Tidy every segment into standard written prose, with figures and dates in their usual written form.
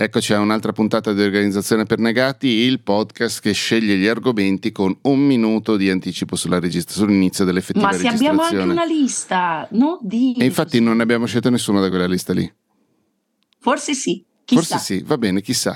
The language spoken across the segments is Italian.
Eccoci a un'altra puntata di Organizzazione per Negati, il podcast che sceglie gli argomenti con 1 minuto di anticipo sull'inizio dell'effettiva Ma se registrazione. abbiamo anche una lista, no? E infatti non ne abbiamo scelto nessuno da quella lista lì. Forse sì, chissà. Forse sì, va bene, chissà.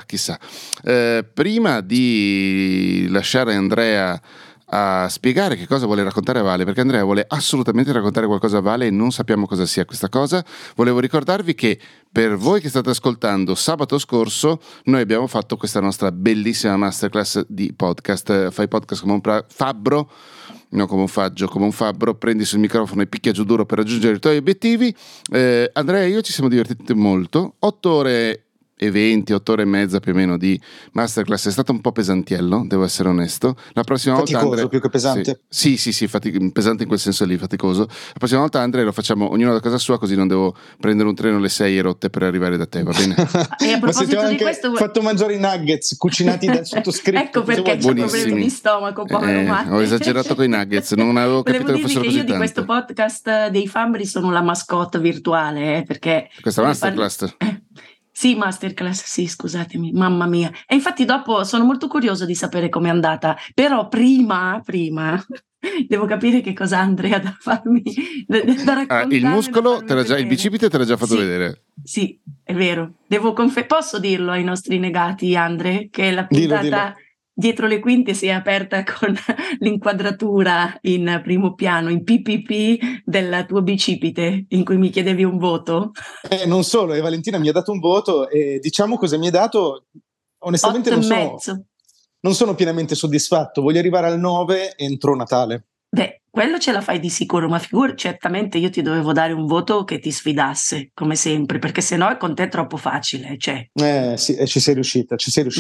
Prima di lasciare Andrea a spiegare che cosa vuole raccontare a Vale, perché Andrea vuole assolutamente raccontare qualcosa a Vale e non sappiamo cosa sia questa cosa, volevo ricordarvi che per voi che state ascoltando, sabato scorso noi abbiamo fatto questa nostra bellissima masterclass di podcast. Fai podcast come un fabbro, non come un faggio, come un fabbro, prendi sul microfono e picchia giù duro per raggiungere i tuoi obiettivi. Andrea e io ci siamo divertiti molto, 8 ore e 20, 8 ore e mezza più o meno di masterclass. È stato un po' pesantiello, devo essere onesto. La prossima faticoso, volta Andrea, più che pesante. Sì, pesante in quel senso lì, faticoso. La prossima volta Andrea lo facciamo ognuno da casa sua, così non devo prendere un treno alle 6 rotte per arrivare da te, va bene? E a proposito di questo, fatto mangiare i nuggets cucinati dal sottoscritto. Ecco perché c'è problemi di stomaco, povero Matte. Ho esagerato con i nuggets, non avevo capito che fossero così tanti. Io di questo podcast dei Fambri sono la mascotte virtuale, perché questa masterclass Sì, masterclass, sì, scusatemi, mamma mia. E infatti dopo sono molto curioso di sapere com'è andata, però prima devo capire che cosa ha Andrea da farmi, da raccontare. Il muscolo, il bicipite te l'ha già fatto vedere. Sì, è vero. Posso dirlo ai nostri negati, Andre, che la puntata... Dillo. Dietro le quinte si è aperta con l'inquadratura in primo piano, in PPP del tuo bicipite, in cui mi chiedevi un voto. Non solo, e Valentina mi ha dato un voto e diciamo cosa mi ha dato, onestamente non sono pienamente soddisfatto, voglio arrivare al 9 entro Natale. Beh, quello ce la fai di sicuro, ma certamente io ti dovevo dare un voto che ti sfidasse, come sempre, perché sennò con te è troppo facile. Cioè. Sì, ci sei riuscita.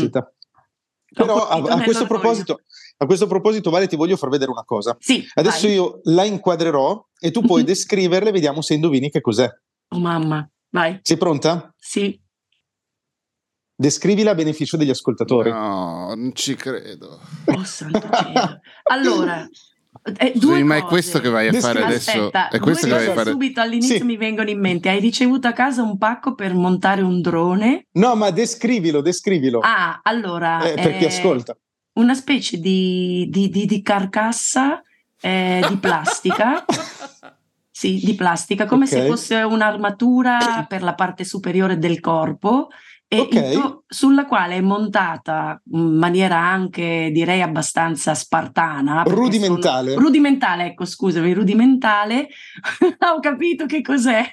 Però a questo proposito, Vale, ti voglio far vedere una cosa. Sì, adesso io la inquadrerò e tu puoi descriverla e vediamo se indovini che cos'è. Oh mamma, vai. Sei pronta? Sì. Descrivila a beneficio degli ascoltatori. No, non ci credo. Oh santo cielo. Allora, ma è questo che vai a fare adesso? È questo che vai a fare subito all'inizio? Sì. Mi vengono in mente. Hai ricevuto a casa un pacco per montare un drone? No, ma descrivilo. Ah, allora per chi ascolta. Una specie di carcassa di plastica. Sì, di plastica, come se fosse un'armatura per la parte superiore del corpo. Sulla quale è montata in maniera anche direi abbastanza spartana, rudimentale, ecco, scusami, rudimentale. Ho capito che cos'è.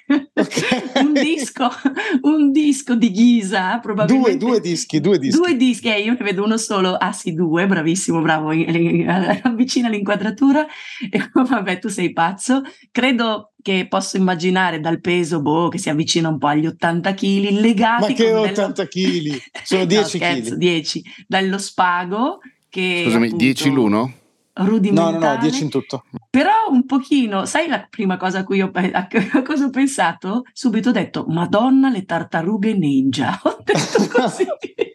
un disco di ghisa, probabilmente due dischi. Io ne vedo uno solo. Ah sì, due, bravissimo, bravo, avvicina l'inquadratura. Vabbè, tu sei pazzo. Credo che posso immaginare dal peso che si avvicina un po' agli 80 kg legati. Ma che 80 kg? Sono 10 kg. No, scherzo, 10. Dallo spago che scusami, appunto, 10 l'uno? Rudimentale. No, 10 in tutto. Però un pochino, sai la prima cosa a cosa ho pensato? Subito ho detto, Madonna, le tartarughe ninja. Ho detto così.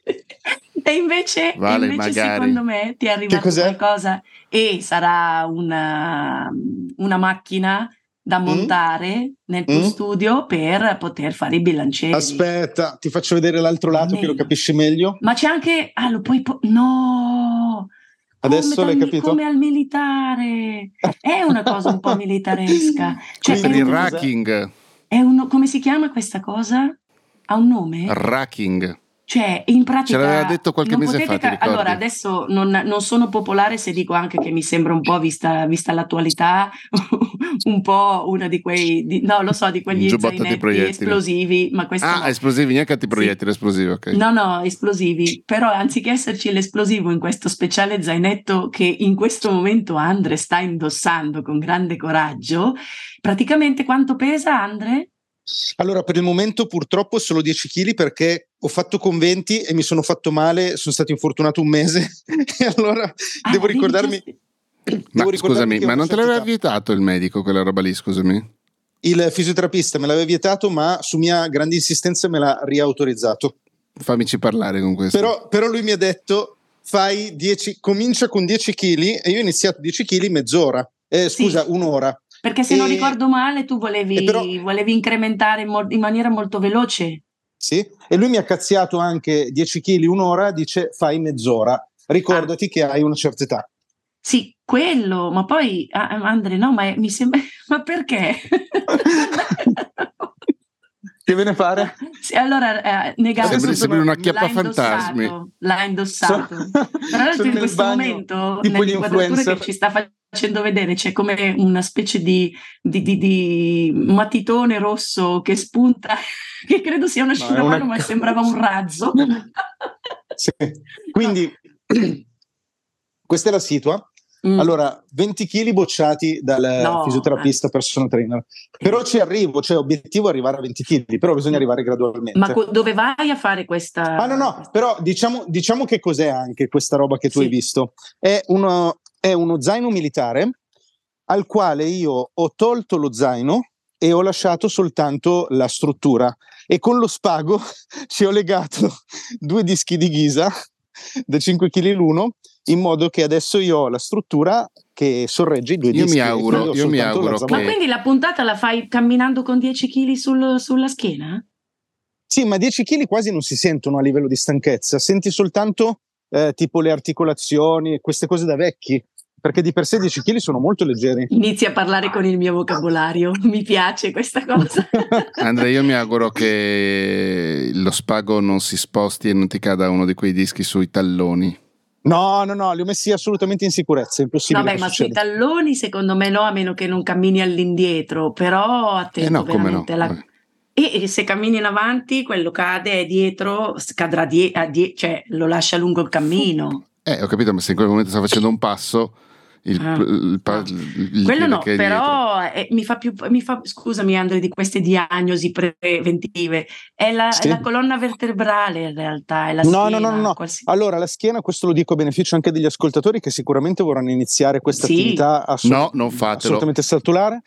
E invece secondo me ti è arrivato qualcosa e sarà una macchina da montare nel tuo studio per poter fare i bilancieri. Aspetta, ti faccio vedere l'altro lato che lo capisci meglio. Ma c'è anche... lo puoi... no! Adesso l'hai capito? Come al militare. È una cosa un po' militaresca. Cioè, per il racking. Come si chiama questa cosa? Ha un nome? Racking. Cioè, in pratica... Ce l'aveva detto qualche mese fa, ti ricordi? Allora, adesso non sono popolare se dico anche che mi sembra un po', vista l'attualità, un po' una di quei... no, lo so, di quegli zainetti esplosivi, ma questo no. Esplosivi, neanche antiproiettili, esplosivi, ok. No, esplosivi. Però anziché esserci l'esplosivo in questo speciale zainetto che in questo momento Andre sta indossando con grande coraggio, praticamente quanto pesa, Andre? Allora, per il momento purtroppo solo 10 kg perché ho fatto conventi e mi sono fatto male, sono stato infortunato un mese e allora devo ricordarmi... Scusami, ma non te l'aveva vietato il medico quella roba lì, scusami? Il fisioterapista me l'aveva vietato, ma su mia grande insistenza me l'ha riautorizzato. Fammici parlare con questo. Però lui mi ha detto, comincia con 10 kg e io ho iniziato 10 kg mezz'ora, un'ora. Perché se non ricordo male tu volevi incrementare in maniera molto veloce. Sì, e lui mi ha cazziato anche 10 kg un'ora, dice fai mezz'ora, ricordati che hai una certa età. Sì, quello, ma poi Andre, no, ma mi sembra, ma perché? Che ve ne pare? Sì, allora negavo sembri una acchiappa fantasmi. L'ha indossato. Tra l'altro in questo momento nell'inquadratura che ci sta facendo vedere c'è come una specie di matitone rosso che spunta, che credo sia un asciugamano, ma sembrava un razzo. Sì. Quindi questa è la situa. Allora, 20 kg bocciati dal fisioterapista personal trainer. Però ci arrivo, cioè obiettivo è arrivare a 20 kg, però bisogna arrivare gradualmente. Ma dove vai a fare questa? No, però diciamo che cos'è anche questa roba che tu hai visto. È uno zaino militare al quale io ho tolto lo zaino e ho lasciato soltanto la struttura, e con lo spago ci ho legato 2 dischi di ghisa da 5 kg l'uno, in modo che adesso io ho la struttura che sorregge i 2 dischi. Io mi auguro che... Ma quindi la puntata la fai camminando con 10 kg sulla schiena? Sì, ma 10 kg quasi non si sentono a livello di stanchezza, senti soltanto tipo le articolazioni e queste cose da vecchi, perché di per sé 10 kg sono molto leggeri. Inizi a parlare con il mio vocabolario, mi piace questa cosa. Andrea, io mi auguro che lo spago non si sposti e non ti cada uno di quei dischi sui talloni. No, li ho messi assolutamente in sicurezza, è impossibile. Vabbè, ma sui talloni secondo me no, a meno che non cammini all'indietro, però attento veramente no. E se cammini in avanti, quello cade dietro, cadrà cioè lo lascia lungo il cammino. Ho capito, ma se in quel momento sta facendo un passo, quello no, però mi fa, scusami Andre, di queste diagnosi preventive è la colonna vertebrale, in realtà è la schiena. No. Allora la schiena, questo lo dico a beneficio anche degli ascoltatori che sicuramente vorranno iniziare questa attività non fatelo. Assolutamente salutare.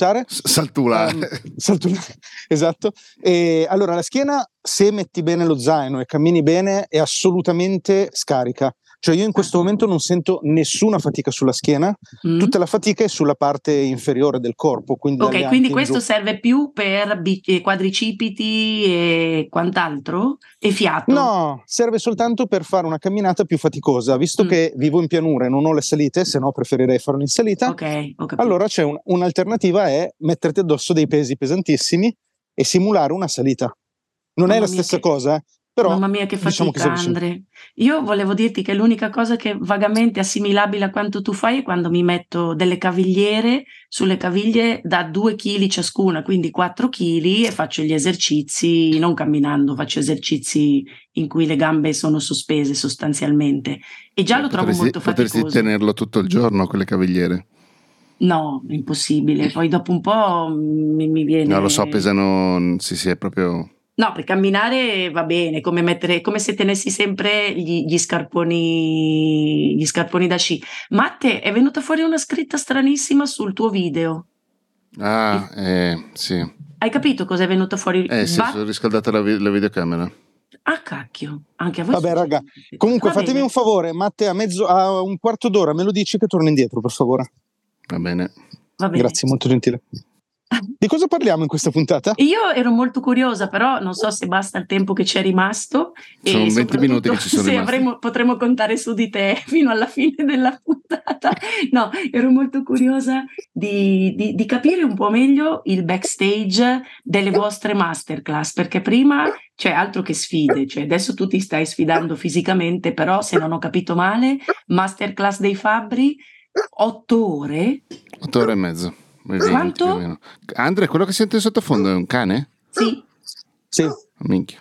Esatto. E allora la schiena, se metti bene lo zaino e cammini bene, è assolutamente scarica. Cioè io in questo momento non sento nessuna fatica sulla schiena, tutta la fatica è sulla parte inferiore del corpo. Quindi questo serve più per quadricipiti e quant'altro? E fiato? No, serve soltanto per fare una camminata più faticosa. Visto che vivo in pianura e non ho le salite, se no preferirei farlo in salita. Ok, ho capito. Allora c'è un'alternativa, è metterti addosso dei pesi pesantissimi e simulare una salita. Non è la stessa cosa, però, mamma mia che fatica, Andre. Io volevo dirti che l'unica cosa che è vagamente assimilabile a quanto tu fai è quando mi metto delle cavigliere sulle caviglie da 2 kg ciascuna, quindi 4 kg, e faccio gli esercizi, non camminando, faccio esercizi in cui le gambe sono sospese sostanzialmente, e già lo trovo molto faticoso. Potresti tenerlo tutto il giorno quelle cavigliere? No, impossibile, poi dopo un po' mi viene... No, lo so, pesano, sì, è proprio... No, per camminare va bene, come se tenessi sempre gli scarponi da sci. Matte, è venuta fuori una scritta stranissima sul tuo video. Sì. Hai capito cosa è venuta fuori? Sì, sono riscaldata la videocamera. Ah, cacchio, anche a voi. Vabbè, raga, comunque fatemi un favore, Matte, a un quarto d'ora me lo dici che torno indietro, per favore. Va bene. Grazie, molto gentile. Di cosa parliamo in questa puntata? Io ero molto curiosa, però non so se basta il tempo che ci è rimasto. Sono 20 minuti che ci sono rimasti. Potremmo contare su di te fino alla fine della puntata. No, ero molto curiosa di capire un po' meglio il backstage delle vostre masterclass, perché prima, cioè altro che sfide, cioè adesso tu ti stai sfidando fisicamente, però se non ho capito male, masterclass dei Fabbri, 8 ore? 8 ore e mezzo. Quanto? Andre, quello che sente in sottofondo è un cane? Sì. Minchia.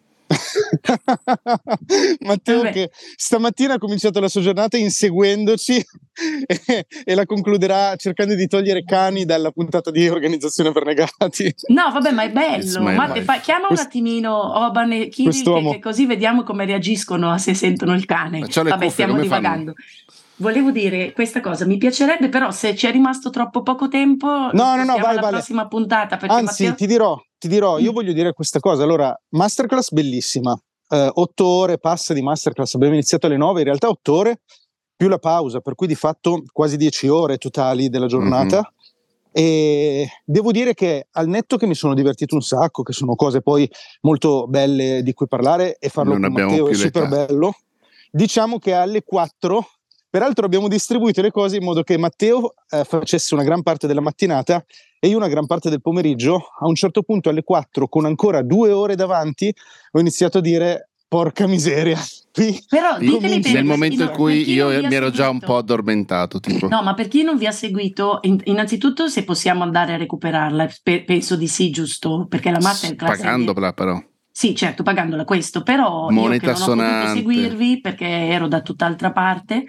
Matteo che stamattina ha cominciato la sua giornata inseguendoci e la concluderà cercando di togliere cani dalla puntata di Organizzazione per Negati. No, vabbè, ma è bello. Matte, chiama un attimino Oban e Kirill, che così vediamo come reagiscono se sentono il cane. Vabbè, stiamo divagando. Volevo dire questa cosa, mi piacerebbe, però se ci è rimasto troppo poco tempo, vai, alla prossima puntata. Anzi, Matteo... ti dirò, io voglio dire questa cosa. Allora, masterclass bellissima, 8 ore passa di masterclass, abbiamo iniziato alle 9, in realtà 8 ore più la pausa, per cui di fatto quasi 10 ore totali della giornata. E devo dire che al netto che mi sono divertito un sacco, che sono cose poi molto belle di cui parlare, e farlo Non con Matteo è super bello, diciamo che alle 4, peraltro abbiamo distribuito le cose in modo che Matteo facesse una gran parte della mattinata e io una gran parte del pomeriggio. A un certo punto alle 4, con ancora 2 ore davanti, ho iniziato a dire porca miseria. Però diteli nel momento in cui io mi ero già un seguito. po' addormentato, tipo. No, ma per chi non vi ha seguito, innanzitutto se possiamo andare a recuperarla, penso di sì, giusto? Perché la masterclass pagandola però. Sì, certo, pagandola questo, però Moneta io che non ho potuto sonante. seguirvi perché ero da tutt'altra parte,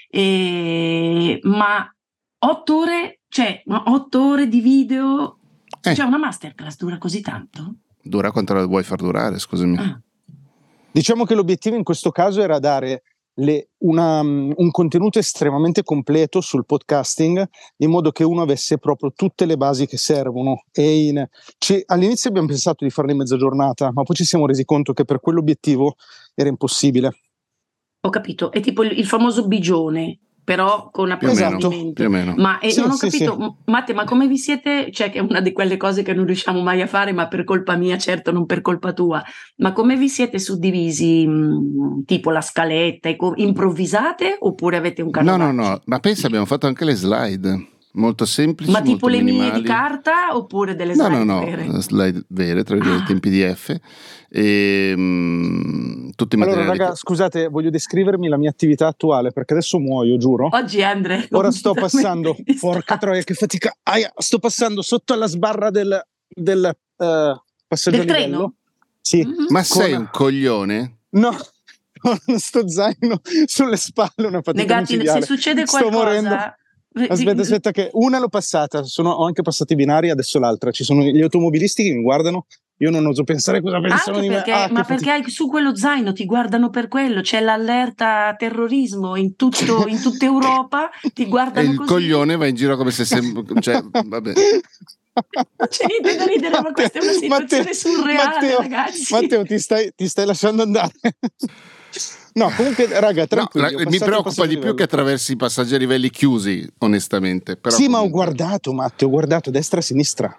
ma 8 ore, cioè 8 ore di video, cioè una masterclass dura così tanto? Dura quanto la vuoi far durare, scusami. Ah. Diciamo che l'obiettivo in questo caso era dare un contenuto estremamente completo sul podcasting, in modo che uno avesse proprio tutte le basi che servono. All'inizio abbiamo pensato di farlo in mezza giornata, ma poi ci siamo resi conto che per quell'obiettivo era impossibile. Ho capito, è tipo il famoso bigione, però con approfondimento. Più o meno. Ma non ho capito, Matte, ma come vi siete, cioè che è una di quelle cose che non riusciamo mai a fare, ma per colpa mia, certo, non per colpa tua, ma come vi siete suddivisi, tipo la scaletta, improvvisate oppure avete un canovaccio? No, ma pensa, abbiamo fatto anche le slide. Molto semplici, ma tipo molto le minimali. mie di carta oppure delle slide vere? No, slide vere, tra virgolette, in PDF. E, tutti i materiali. Allora, raga, scusate, voglio descrivermi la mia attività attuale, perché adesso muoio, giuro. Oggi, Andre, ora sto passando, porca troia, che fatica. Sto passando sotto alla sbarra del passaggio del a livello. Treno? Sì. Ma sei un coglione? No, con sto zaino sulle spalle, una fatica micidiale. Se succede qualcosa... Sto morendo. Aspetta, che una l'ho passata, ho anche passato i binari, adesso l'altra. Ci sono gli automobilisti che mi guardano, io non oso pensare cosa pensano di me. Perché hai su quello zaino, ti guardano per quello, c'è l'allerta terrorismo in tutta Europa, ti guardano e il così. coglione va in giro come se cioè, vabbè. Non c'è niente da ridere, ma questa è una situazione surreale, ragazzi. Matteo, ti stai lasciando andare. No, comunque, raga, tranquillo. Mi preoccupa di più che attraversi i passaggi a livelli chiusi, onestamente. Però sì, comunque... ma ho guardato, Matteo, ho guardato destra e sinistra.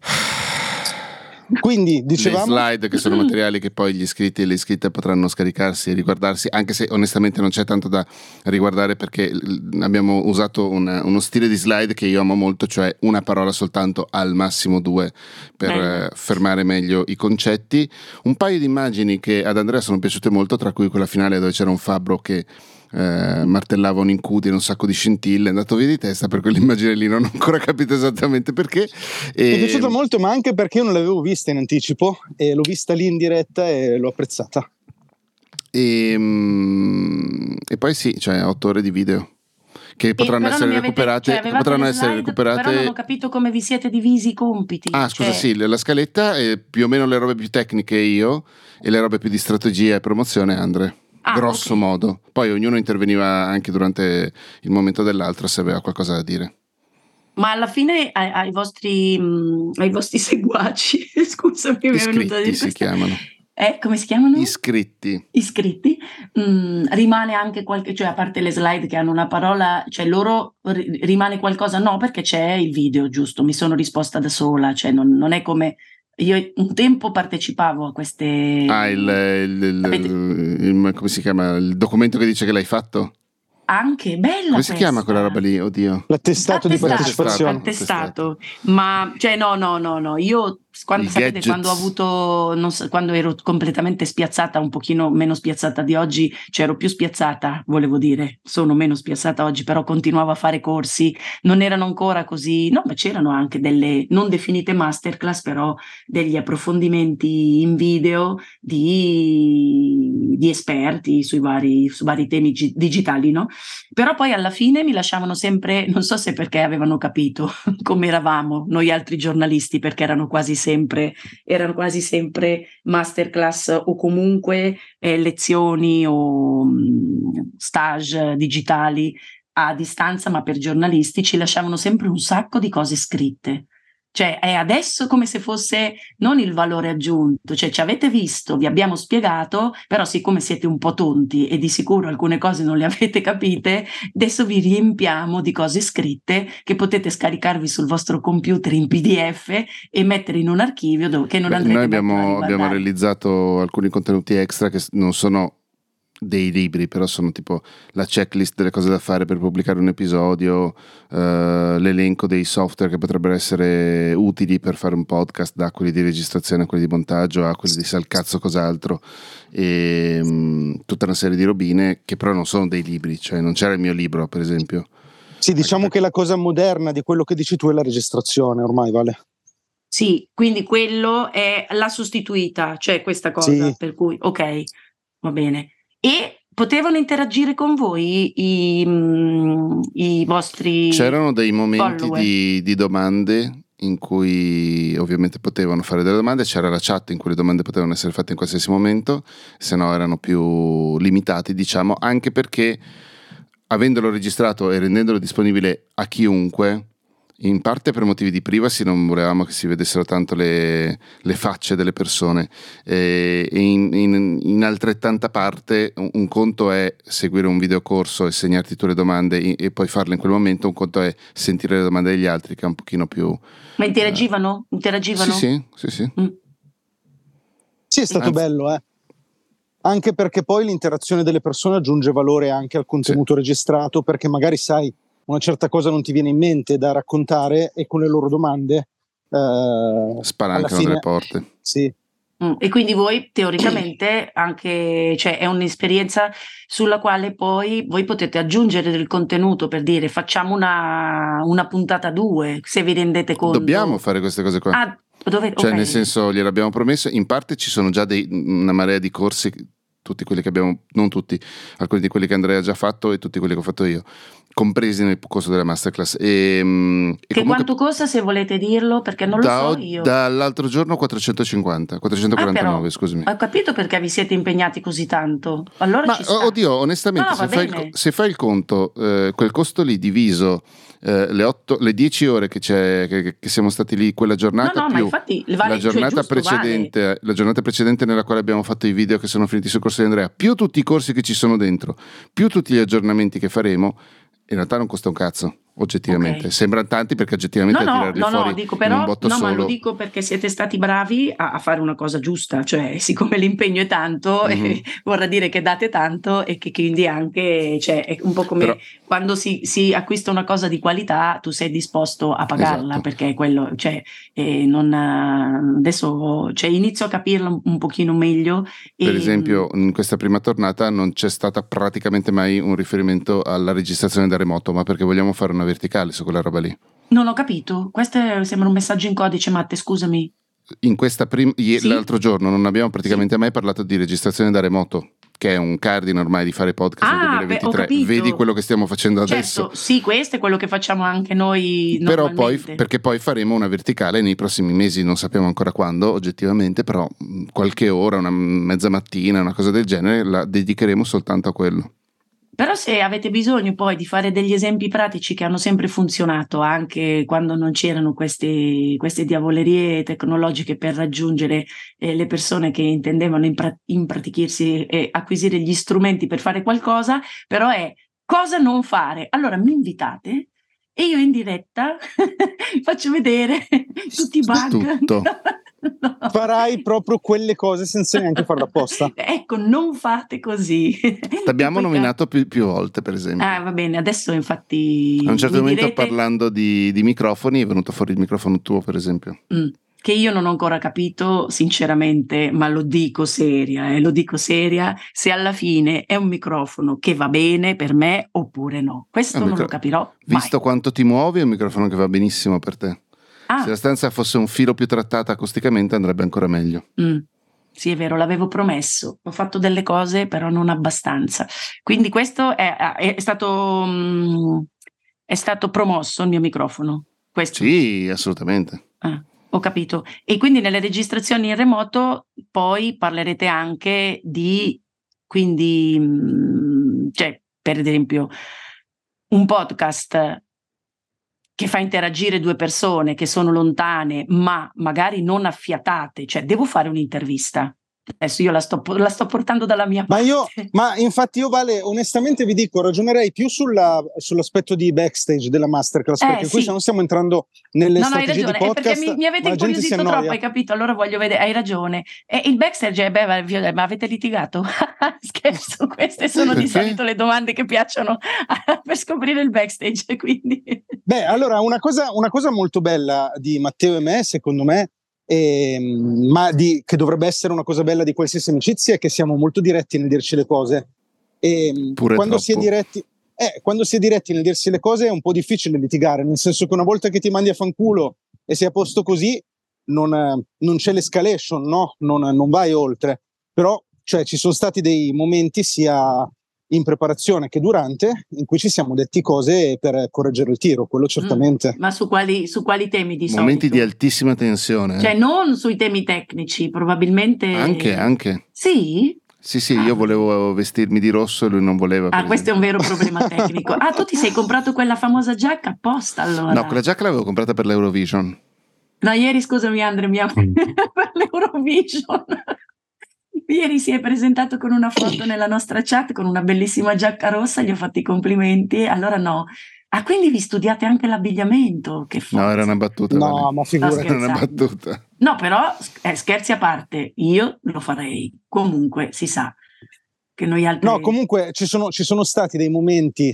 Quindi dicevamo le slide, che sono materiali che poi gli iscritti e le iscritte potranno scaricarsi e riguardarsi, anche se onestamente non c'è tanto da riguardare, perché abbiamo usato uno stile di slide che io amo molto, cioè una parola soltanto, al massimo 2, per fermare meglio i concetti. Un paio di immagini che ad Andrea sono piaciute molto, tra cui quella finale dove c'era un fabbro che martellava un incudine, un sacco di scintille. È andato via di testa per quell'immagine lì, non ho ancora capito esattamente perché. Mi è piaciuto molto, ma anche perché io non l'avevo vista in anticipo e l'ho vista lì in diretta e l'ho apprezzata. E poi sì, cioè 8 ore di video che potranno essere recuperate. Potranno essere recuperate. Però non ho capito come vi siete divisi i compiti. Scusa, sì, la scaletta è più o meno le robe più tecniche io e le robe più di strategia e promozione Andre. Grosso modo. Poi ognuno interveniva anche durante il momento dell'altro se aveva qualcosa da dire. Ma alla fine ai vostri seguaci, scusami, mi è venuto a dire si chiamano. Come si chiamano? Iscritti. Rimane anche qualche, cioè a parte le slide che hanno una parola, cioè loro rimane qualcosa? No, perché c'è il video, giusto? Mi sono risposta da sola, cioè non è come... Io un tempo partecipavo a queste... come si chiama? Il documento che dice che l'hai fatto? Anche bella. Come si chiama quella roba lì? Oddio. L'attestato di partecipazione. Attestato. Ma cioè no. Io sapete, quando ho avuto, quando ero completamente spiazzata, un pochino meno spiazzata di oggi, ero più spiazzata, volevo dire, sono meno spiazzata oggi, però continuavo a fare corsi, non erano ancora così, no, ma c'erano anche delle non definite masterclass, però degli approfondimenti in video di esperti sui vari temi digitali, no? Però poi alla fine mi lasciavano sempre, non so se perché avevano capito come eravamo noi altri giornalisti, perché erano quasi sempre masterclass o comunque lezioni o stage digitali a distanza, ma per giornalisti ci lasciavano sempre un sacco di cose scritte. Cioè è adesso come se fosse non il valore aggiunto, cioè ci avete visto, vi abbiamo spiegato, però siccome siete un po' tonti e di sicuro alcune cose non le avete capite, adesso vi riempiamo di cose scritte che potete scaricarvi sul vostro computer in PDF e mettere in un archivio che non andrete noi mai più a abbiamo riguardare. realizzato alcuni contenuti extra che non sono dei libri, però sono tipo la checklist delle cose da fare per pubblicare un episodio, l'elenco dei software che potrebbero essere utili per fare un podcast, da quelli di registrazione a quelli di montaggio a quelli di salcazzo cos'altro, e tutta una serie di robine che però non sono dei libri, cioè non c'era il mio libro per esempio. Sì, diciamo che la cosa moderna di quello che dici tu è la registrazione ormai, Vale. Sì, quindi quello è la sostituita, cioè questa cosa, Sì. per cui ok, va bene. E potevano interagire con voi i vostri C'erano dei momenti follower? di domande in cui ovviamente potevano fare delle domande, c'era la chat in cui le domande potevano essere fatte in qualsiasi momento, se no erano più limitati, diciamo, anche perché avendolo registrato e rendendolo disponibile a chiunque, in parte per motivi di privacy non volevamo che si vedessero tanto le facce delle persone, e in altrettanta parte un conto è seguire un videocorso e segnarti tu le domande e poi farle in quel momento, un conto è sentire le domande degli altri, che è un pochino più... Ma interagivano? Interagivano? Sì. Sì, è stato bello, anche perché poi l'interazione delle persone aggiunge valore anche al contenuto registrato, perché magari sai una certa cosa non ti viene in mente da raccontare e con le loro domande spalancano delle porte. Sì. E quindi voi teoricamente anche, cioè è un'esperienza sulla quale poi voi potete aggiungere del contenuto, per dire facciamo una puntata 2, se vi rendete conto. Dobbiamo fare queste cose qua. Cioè okay. nel senso gliel'abbiamo promesso, in parte ci sono già una marea di corsi, tutti quelli che abbiamo, non tutti, alcuni di quelli che Andrea ha già fatto e tutti quelli che ho fatto io, compresi nel corso della masterclass. Che comunque, quanto costa, se volete dirlo, perché non lo so io. Dall'altro giorno 449, scusami. Ho capito perché vi siete impegnati così tanto. Allora ma ci sta. oddio, onestamente, se fai il conto, quel costo lì diviso le 10 ore che siamo stati lì quella giornata, più infatti, vale, la giornata cioè, precedente, la giornata precedente nella quale abbiamo fatto i video che sono finiti sul corso di Andrea, più tutti i corsi che ci sono dentro, più tutti gli aggiornamenti che faremo, in realtà non costa un cazzo, oggettivamente. Okay. Sembrano tanti perché oggettivamente tirarli fuori dico però, in un botto solo. ma lo dico perché siete stati bravi a fare una cosa giusta, cioè siccome l'impegno è tanto, vorrà dire che date tanto e che quindi anche, cioè, è un po' come quando si acquista una cosa di qualità, tu sei disposto a pagarla, esatto. Perché quello, cioè, adesso cioè, inizio a capirlo un pochino meglio. Per esempio, in questa prima tornata non c'è stata praticamente mai un riferimento alla registrazione da remoto, ma perché vogliamo fare una verticale su quella roba lì. Non ho capito, questo sembra un messaggio in codice, Matte, scusami. In questa l'altro giorno non abbiamo praticamente mai parlato di registrazione da remoto, che è un cardine ormai di fare podcast nel 2023. Vedi quello che stiamo facendo adesso. Sì, questo è quello che facciamo anche noi però normalmente. poi, perché poi faremo una verticale nei prossimi mesi, non sappiamo ancora quando oggettivamente, però qualche ora, una mezza mattina, una cosa del genere, la dedicheremo soltanto a quello. Però se avete bisogno poi di fare degli esempi pratici che hanno sempre funzionato anche quando non c'erano queste diavolerie tecnologiche per raggiungere le persone che intendevano impratichirsi e acquisire gli strumenti per fare qualcosa, però è cosa non fare. Allora mi invitate e io in diretta faccio vedere tutti i bug. Tutto. No. Farai proprio quelle cose senza neanche farlo apposta. Ecco, non fate così. T'abbiamo nominato più volte, per esempio. Va bene, adesso infatti a un certo momento parlando di microfoni è venuto fuori il microfono tuo, per esempio. Che io non ho ancora capito sinceramente, ma lo dico seria, se alla fine è un microfono che va bene per me oppure no. Questo non lo capirò mai. Visto quanto ti muovi, è un microfono che va benissimo per te. Se la stanza fosse un filo più trattata acusticamente andrebbe ancora meglio. Sì, è vero, l'avevo promesso. Ho fatto delle cose, però non abbastanza. Quindi questo è stato promosso il mio microfono. Questo. Sì, assolutamente. Ho capito. E quindi nelle registrazioni in remoto poi parlerete anche di, quindi, cioè, per esempio, un podcast che fa interagire due persone che sono lontane, ma magari non affiatate, cioè devo fare un'intervista. Adesso io la sto portando dalla mia parte. Ma infatti io, Vale, onestamente vi dico, ragionerei più sull'aspetto di backstage della masterclass, perché qui non stiamo entrando nelle strategie di podcast. Perché mi avete incuriosito troppo, hai capito? Allora voglio vedere, hai ragione. E il backstage ma avete litigato? Scherzo, queste sono di solito le domande che piacciono per scoprire il backstage, quindi. Beh, allora una cosa molto bella di Matteo e me, secondo me, che dovrebbe essere una cosa bella di qualsiasi amicizia, è che siamo molto diretti nel dirci le cose, e quando si è diretti nel dirsi le cose è un po' difficile litigare, nel senso che una volta che ti mandi a fanculo e sei a posto così non c'è l'escalation, no? Non vai oltre, però cioè, ci sono stati dei momenti sia in preparazione che durante in cui ci siamo detti cose per correggere il tiro, quello certamente. Ma su quali temi di solito? Momenti di altissima tensione. Cioè non sui temi tecnici, probabilmente. Anche. Sì? Sì, io volevo vestirmi di rosso e lui non voleva. Questo è un vero problema tecnico. Tu ti sei comprato quella famosa giacca apposta allora? No, quella giacca l'avevo comprata per l'Eurovision. No, ieri, scusami Andre, per l'Eurovision. Ieri si è presentato con una foto nella nostra chat con una bellissima giacca rossa, gli ho fatto i complimenti, allora no. Quindi vi studiate anche l'abbigliamento? Che forza. No, era una battuta. No, ma figurati. Era una battuta. No, però, scherzi a parte, io lo farei. Comunque, si sa che noi altri... No, comunque ci sono stati dei momenti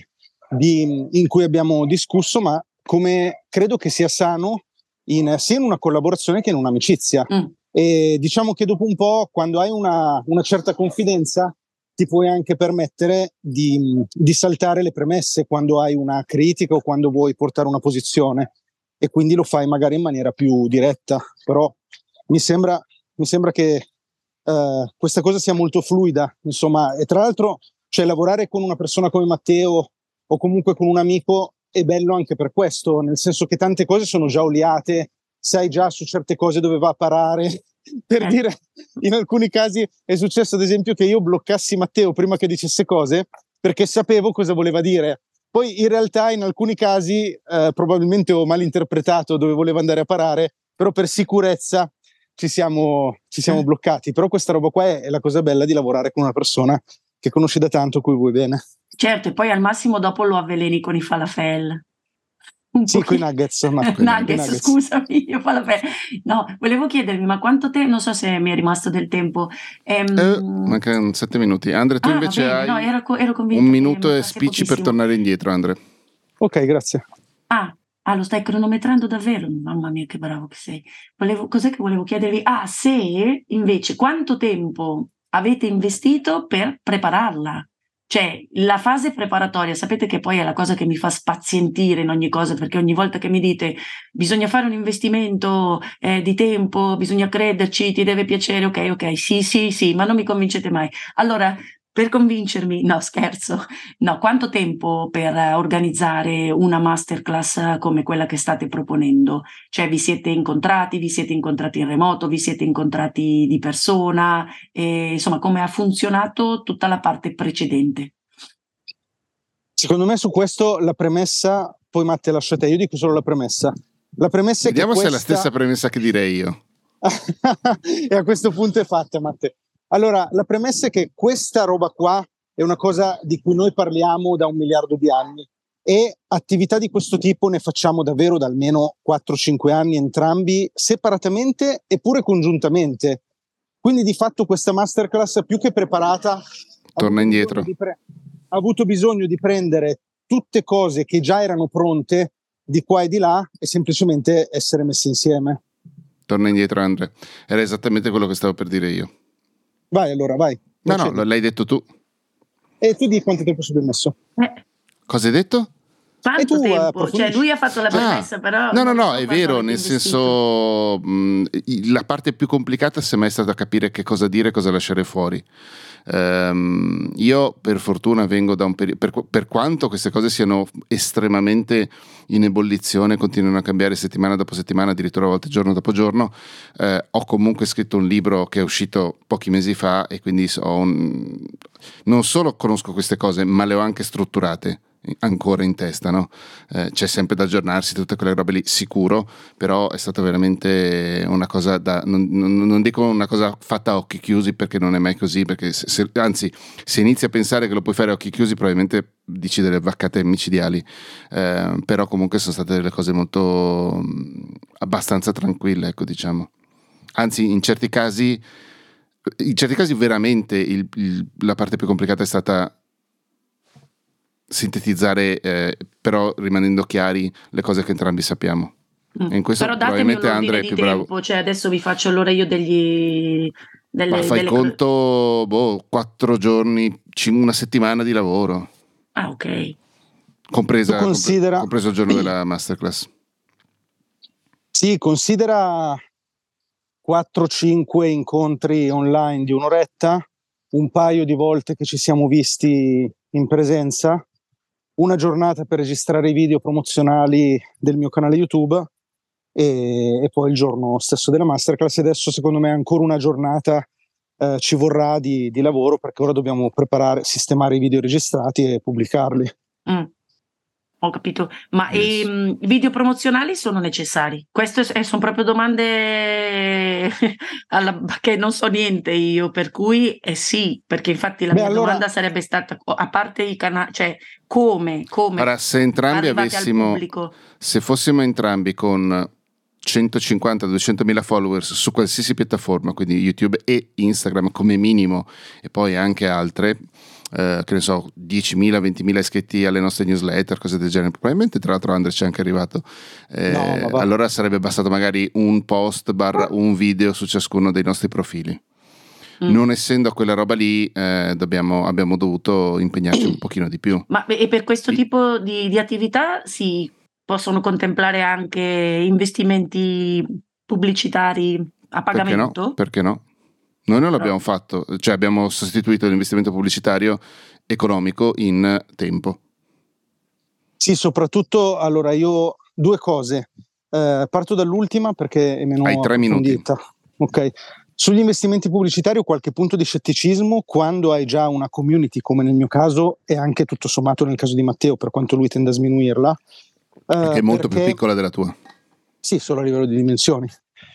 in cui abbiamo discusso, ma come credo che sia sano sia in una collaborazione che in un'amicizia. E diciamo che dopo un po', quando hai una certa confidenza, ti puoi anche permettere di saltare le premesse quando hai una critica o quando vuoi portare una posizione, e quindi lo fai magari in maniera più diretta. Però mi sembra che questa cosa sia molto fluida, insomma, e tra l'altro cioè, lavorare con una persona come Matteo o comunque con un amico è bello anche per questo, nel senso che tante cose sono già oliate, sai già su certe cose dove va a parare. Per dire, in alcuni casi è successo ad esempio che io bloccassi Matteo prima che dicesse cose perché sapevo cosa voleva dire. Poi in realtà in alcuni casi probabilmente ho malinterpretato dove voleva andare a parare, però per sicurezza ci siamo bloccati. Però questa roba qua è la cosa bella di lavorare con una persona che conosci da tanto, cui vuoi bene. Certo, e poi al massimo dopo lo avveleni con i falafel. Sì, con i nuggets. Nuggets, scusami, io falafel. No, volevo chiedervi, ma quanto tempo, non so se mi è rimasto del tempo. Mancano 7 minuti. Andre, tu invece hai ero convinta 1 minuto e spicci per tornare indietro, Andre. Ok, grazie. Lo stai cronometrando davvero? Mamma mia, che bravo che sei. Cos'è che volevo chiedervi? Se invece quanto tempo avete investito per prepararla? Cioè, la fase preparatoria, sapete che poi è la cosa che mi fa spazientire in ogni cosa, perché ogni volta che mi dite bisogna fare un investimento di tempo, bisogna crederci, ti deve piacere, ok, sì, ma non mi convincete mai. Allora, per convincermi, no scherzo, no, quanto tempo per organizzare una masterclass come quella che state proponendo? Cioè vi siete incontrati in remoto, vi siete incontrati di persona, insomma come ha funzionato tutta la parte precedente? Secondo me su questo la premessa, poi Matte lascia te, io dico solo la premessa. La premessa Vediamo è che se è la stessa premessa che direi io. E a questo punto è fatta, Matte. Allora, la premessa è che questa roba qua è una cosa di cui noi parliamo da 1 miliardo di anni, e attività di questo tipo ne facciamo davvero da almeno 4-5 anni entrambi, separatamente eppure congiuntamente. Quindi di fatto questa masterclass più che preparata torna indietro. Ha avuto bisogno di prendere tutte cose che già erano pronte di qua e di là e semplicemente essere messe insieme. Torna indietro, Andre. Era esattamente quello che stavo per dire io. Vai allora, vai. No, l'hai detto tu. E tu di quanto tempo ci hai messo? Cosa hai detto? Quanto tempo? Cioè lui ha fatto la premessa, però... No, è vero, nel senso la parte più complicata semmai è stata capire che cosa dire e cosa lasciare fuori. Io per fortuna vengo da un periodo, per quanto queste cose siano estremamente in ebollizione, continuano a cambiare settimana dopo settimana, addirittura a volte giorno dopo giorno, ho comunque scritto un libro che è uscito pochi mesi fa e quindi non solo conosco queste cose ma le ho anche strutturate ancora in testa, no? C'è sempre da aggiornarsi, tutte quelle robe lì, sicuro, però è stata veramente una cosa non dico una cosa fatta a occhi chiusi, perché non è mai così, perché anzi, se inizi a pensare che lo puoi fare a occhi chiusi probabilmente dici delle vaccate micidiali, però comunque sono state delle cose molto abbastanza tranquille, ecco, diciamo. Anzi, in certi casi veramente la parte più complicata è stata sintetizzare, però rimanendo chiari le cose che entrambi sappiamo. E in questo però datemi probabilmente un ordine Andre è di più tempo, bravo. cioè adesso vi faccio allora io Ma fai conto 4 giorni, una settimana di lavoro. Ah, ok. Compreso il giorno sì, della masterclass. Sì, considera 4-5 incontri online di un'oretta, un paio di volte che ci siamo visti in presenza, una giornata per registrare i video promozionali del mio canale YouTube e poi il giorno stesso della masterclass. E adesso secondo me ancora una giornata ci vorrà di lavoro, perché ora dobbiamo sistemare i video registrati e pubblicarli. Ho capito, ma yes. I video promozionali sono necessari? Queste sono proprio domande che non so niente io, per cui sì, perché infatti la mia domanda sarebbe stata, a parte i canali, cioè come ora, se entrambi avessimo, se fossimo entrambi con 150-200 mila followers su qualsiasi piattaforma, quindi YouTube e Instagram come minimo, e poi anche altre, che ne so, 10.000, 20.000 iscritti alle nostre newsletter, cose del genere, probabilmente tra l'altro Andre c'è anche arrivato, allora sarebbe bastato magari un post / un video su ciascuno dei nostri profili. Non essendo quella roba lì, abbiamo dovuto impegnarci un pochino di più. Ma e per questo tipo di attività si possono contemplare anche investimenti pubblicitari a pagamento? Perché no? Noi non l'abbiamo fatto, cioè abbiamo sostituito l'investimento pubblicitario economico in tempo. Sì, soprattutto, allora io 2 cose. Parto dall'ultima perché è meno approfondita. Ok. Sugli investimenti pubblicitari ho qualche punto di scetticismo quando hai già una community, come nel mio caso, e anche tutto sommato nel caso di Matteo, per quanto lui tende a sminuirla. Che è molto più piccola della tua. Sì, solo a livello di dimensioni.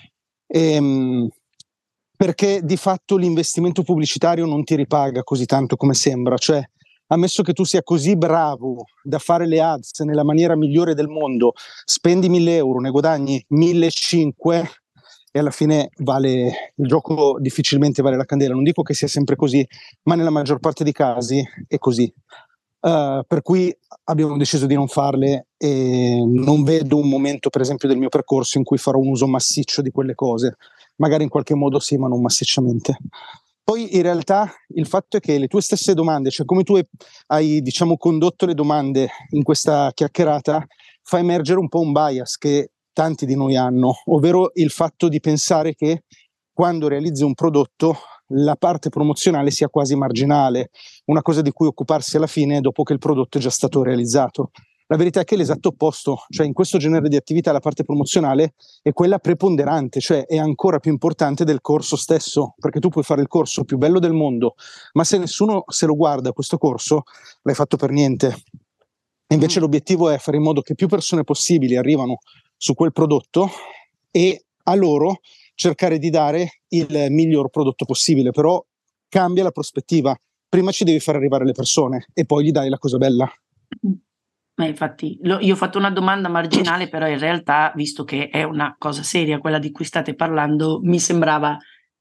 Perché di fatto l'investimento pubblicitario non ti ripaga così tanto come sembra, cioè ammesso che tu sia così bravo da fare le ads nella maniera migliore del mondo, spendi 1.000 euro, ne guadagni 1.500 e alla fine il gioco difficilmente vale la candela. Non dico che sia sempre così, ma nella maggior parte dei casi è così. Per cui abbiamo deciso di non farle e non vedo un momento, per esempio, del mio percorso in cui farò un uso massiccio di quelle cose. Magari in qualche modo sì, ma non massicciamente. Poi in realtà il fatto è che le tue stesse domande, cioè come tu hai diciamo condotto le domande in questa chiacchierata, fa emergere un po' un bias che tanti di noi hanno, ovvero il fatto di pensare che quando realizzi un prodotto la parte promozionale sia quasi marginale, una cosa di cui occuparsi alla fine dopo che il prodotto è già stato realizzato. La verità è che è l'esatto opposto, cioè in questo genere di attività la parte promozionale è quella preponderante, cioè è ancora più importante del corso stesso, perché tu puoi fare il corso più bello del mondo, ma se nessuno se lo guarda questo corso, l'hai fatto per niente. E invece l'obiettivo è fare in modo che più persone possibili arrivano su quel prodotto e a loro cercare di dare il miglior prodotto possibile, però cambia la prospettiva. Prima ci devi far arrivare le persone e poi gli dai la cosa bella. Infatti, io ho fatto una domanda marginale, però in realtà, visto che è una cosa seria quella di cui state parlando, mi sembrava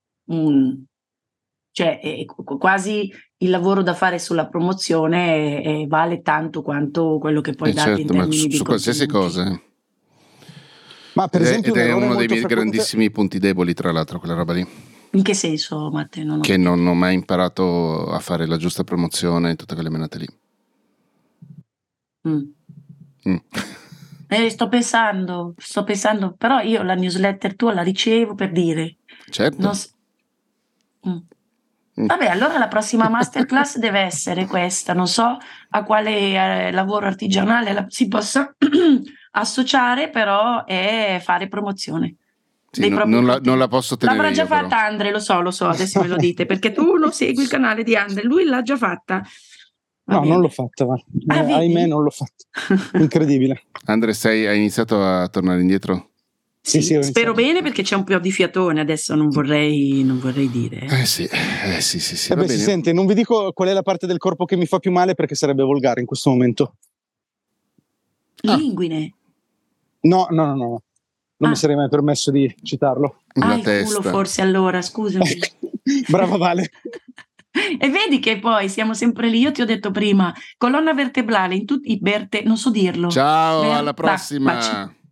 cioè quasi il lavoro da fare sulla promozione vale tanto quanto quello che poi date in termini di su qualsiasi cosa. Ma per esempio ed è uno dei miei grandissimi punti deboli, tra l'altro, quella roba lì. In che senso, Matteo? Che non ho mai imparato a fare la giusta promozione e tutte quelle menate lì. Sto pensando, però io la newsletter tua la ricevo per dire. Certo. Vabbè, allora la prossima masterclass deve essere questa. Non so a quale lavoro artigianale si possa associare, però è fare promozione. Sì, non la posso tenere. L'avrà già io, fatta però. Andre, lo so, adesso me lo dite, perché tu non segui il canale di Andre, lui l'ha già fatta. No, non l'ho fatta, ahimè non l'ho fatta. Incredibile. Andre, hai iniziato a tornare indietro? Sì, spero bene, perché c'è un po' di fiatone adesso, non vorrei dire. Sì. Si sente, non vi dico qual è la parte del corpo che mi fa più male perché sarebbe volgare in questo momento. L'inguine? No. Non mi sarei mai permesso di citarlo. Il culo forse, allora, scusami. Brava Vale. E vedi che poi siamo sempre lì. Io ti ho detto prima, colonna vertebrale in tutti i non so dirlo. Ciao, alla prossima.